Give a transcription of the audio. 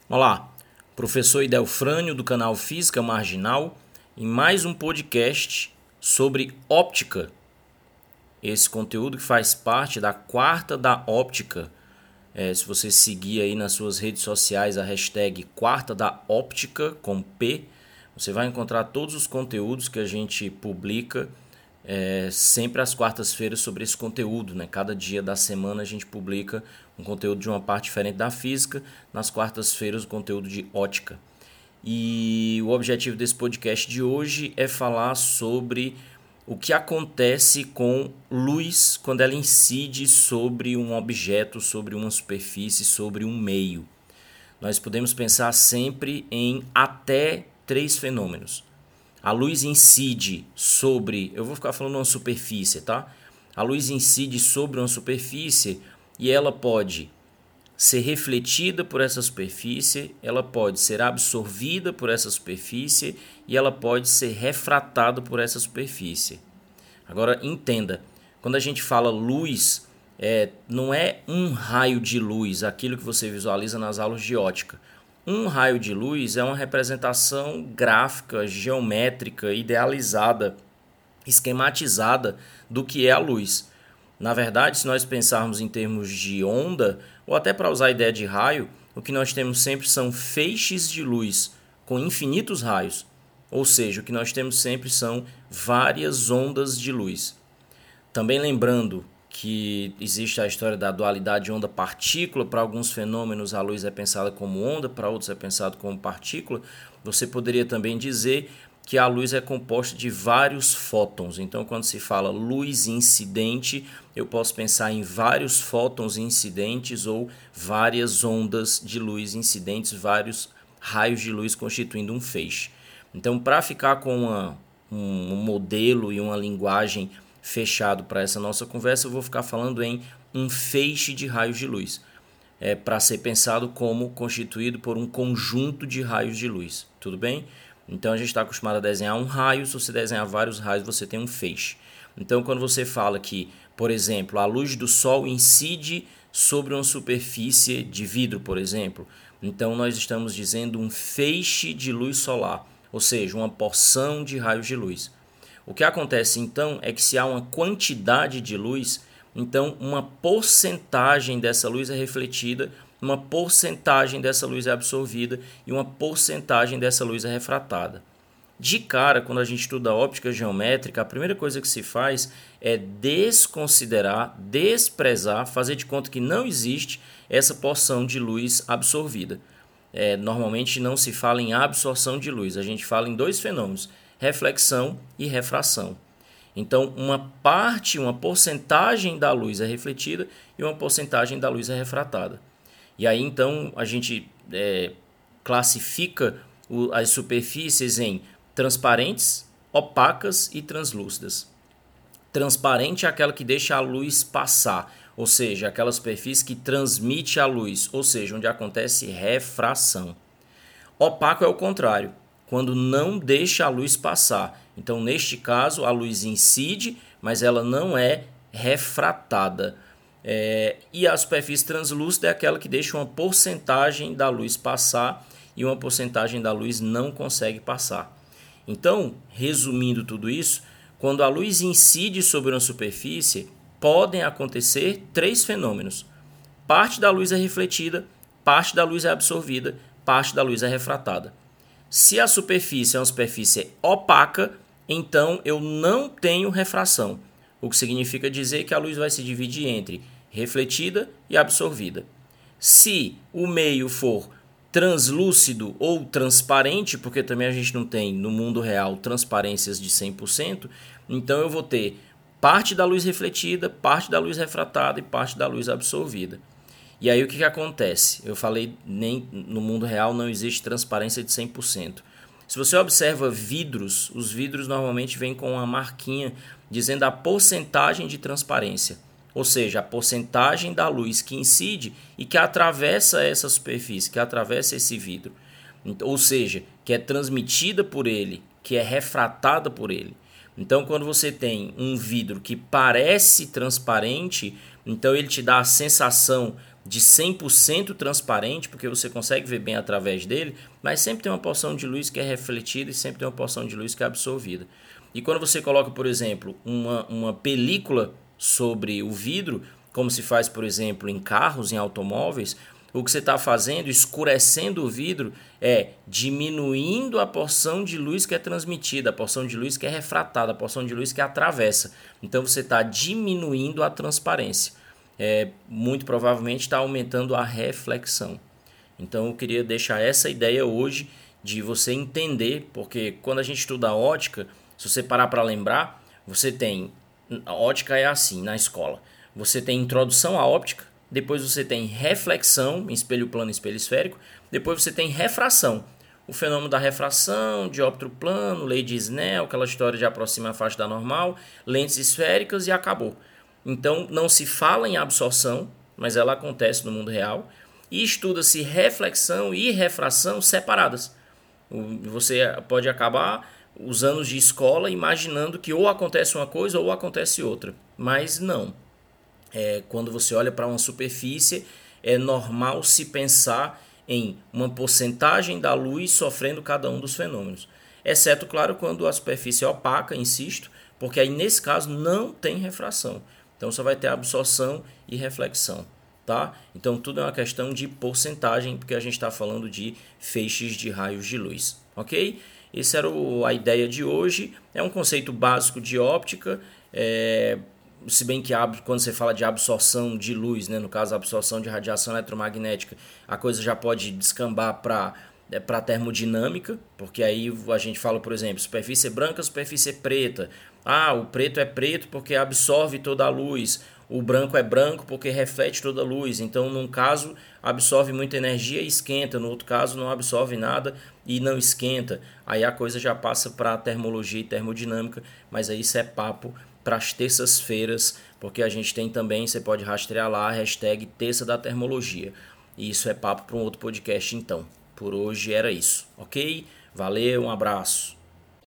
Olá, professor Idelfrânio do canal Física Marginal em mais um podcast sobre óptica. Esse conteúdo que faz parte da quarta da óptica. Se você seguir aí nas suas redes sociais a hashtag quarta da óptica com P, você vai encontrar todos os conteúdos que a gente publica sempre às quartas-feiras sobre esse conteúdo, né? Cada dia da semana a gente publica um conteúdo de uma parte diferente da física, nas quartas-feiras o conteúdo de ótica. E o objetivo desse podcast de hoje é falar sobre o que acontece com luz quando ela incide sobre um objeto, sobre uma superfície, sobre um meio. Nós podemos pensar sempre em até três fenômenos. A luz incide sobre, eu vou ficar falando uma superfície, tá? A luz incide sobre uma superfície e ela pode ser refletida por essa superfície, ela pode ser absorvida por essa superfície e ela pode ser refratada por essa superfície. Agora entenda, quando a gente fala luz, não é um raio de luz, aquilo que você visualiza nas aulas de ótica. Um raio de luz é uma representação gráfica, geométrica, idealizada, esquematizada do que é a luz. Na verdade, se nós pensarmos em termos de onda, ou até para usar a ideia de raio, o que nós temos sempre são feixes de luz com infinitos raios. Ou seja, o que nós temos sempre são várias ondas de luz. Também lembrando que existe a história da dualidade onda-partícula. Para alguns fenômenos a luz é pensada como onda, para outros é pensado como partícula. Você poderia também dizer que a luz é composta de vários fótons. Então, quando se fala luz incidente, eu posso pensar em vários fótons incidentes ou várias ondas de luz incidentes, vários raios de luz constituindo um feixe. Então, para ficar com um modelo e uma linguagem fechado para essa nossa conversa, eu vou ficar falando em um feixe de raios de luz. Para ser pensado como constituído por um conjunto de raios de luz. Tudo bem? Então a gente está acostumado a desenhar um raio. Se você desenhar vários raios, você tem um feixe. Então quando você fala que, por exemplo, a luz do sol incide sobre uma superfície de vidro, por exemplo, então nós estamos dizendo um feixe de luz solar, ou seja, uma porção de raios de luz. O que acontece então é que se há uma quantidade de luz, então uma porcentagem dessa luz é refletida, uma porcentagem dessa luz é absorvida e uma porcentagem dessa luz é refratada. De cara, quando a gente estuda óptica geométrica, a primeira coisa que se faz é desconsiderar, desprezar, fazer de conta que não existe essa porção de luz absorvida. Normalmente não se fala em absorção de luz, a gente fala em dois fenômenos, reflexão e refração. Então, uma parte, uma porcentagem da luz é refletida e uma porcentagem da luz é refratada. E aí, então, a gente classifica as superfícies em transparentes, opacas e translúcidas. Transparente é aquela que deixa a luz passar, ou seja, aquela superfície que transmite a luz, ou seja, onde acontece refração. Opaco é o contrário, quando não deixa a luz passar. Então, neste caso, a luz incide, mas ela não é refratada. E a superfície translúcida é aquela que deixa uma porcentagem da luz passar e uma porcentagem da luz não consegue passar. Então, resumindo tudo isso, quando a luz incide sobre uma superfície, podem acontecer três fenômenos. Parte da luz é refletida, parte da luz é absorvida, parte da luz é refratada. Se a superfície é uma superfície opaca, então eu não tenho refração, o que significa dizer que a luz vai se dividir entre refletida e absorvida. Se o meio for translúcido ou transparente, porque também a gente não tem no mundo real transparências de 100%, então eu vou ter parte da luz refletida, parte da luz refratada e parte da luz absorvida. E aí o que acontece? Eu falei, nem no mundo real não existe transparência de 100%. Se você observa vidros, os vidros normalmente vêm com uma marquinha dizendo a porcentagem de transparência, ou seja, a porcentagem da luz que incide e que atravessa essa superfície, que atravessa esse vidro, ou seja, que é transmitida por ele, que é refratada por ele. Então, quando você tem um vidro que parece transparente, então ele te dá a sensação de 100% transparente, porque você consegue ver bem através dele, mas sempre tem uma porção de luz que é refletida e sempre tem uma porção de luz que é absorvida. E quando você coloca, por exemplo, uma película sobre o vidro, como se faz, por exemplo, em carros, em automóveis, o que você está fazendo, escurecendo o vidro, é diminuindo a porção de luz que é transmitida, a porção de luz que é refratada, a porção de luz que atravessa. Então você está diminuindo a transparência. Muito provavelmente está aumentando a reflexão. Então eu queria deixar essa ideia hoje de você entender, porque quando a gente estuda ótica, se você parar para lembrar, você tem, a ótica é assim na escola, você tem introdução à óptica, depois você tem reflexão, em espelho plano e espelho esférico, depois você tem refração, o fenômeno da refração, dióptro plano, lei de Snell, aquela história de aproximar a faixa da normal, lentes esféricas e acabou. Então não se fala em absorção, mas ela acontece no mundo real, e estuda-se reflexão e refração separadas. Você pode acabar os anos de escola imaginando que ou acontece uma coisa ou acontece outra, mas não. Quando você olha para uma superfície, é normal se pensar em uma porcentagem da luz sofrendo cada um dos fenômenos. Exceto, claro, quando a superfície é opaca, insisto, porque aí nesse caso não tem refração. Então só vai ter absorção e reflexão. Tá? Então tudo é uma questão de porcentagem, porque a gente está falando de feixes de raios de luz. Ok? Essa era a ideia de hoje. É um conceito básico de óptica. Se bem que quando você fala de absorção de luz, né, no caso a absorção de radiação eletromagnética, a coisa já pode descambar para termodinâmica, porque aí a gente fala, por exemplo, superfície branca, superfície preta. O preto é preto porque absorve toda a luz, o branco é branco porque reflete toda a luz. Então, num caso, absorve muita energia e esquenta, no outro caso, não absorve nada e não esquenta. Aí a coisa já passa para termologia e termodinâmica, mas aí isso é papo para as terças-feiras, porque a gente tem também, você pode rastrear lá a hashtag Terça da Termologia. E isso é papo para um outro podcast então. Por hoje era isso, ok? Valeu, um abraço.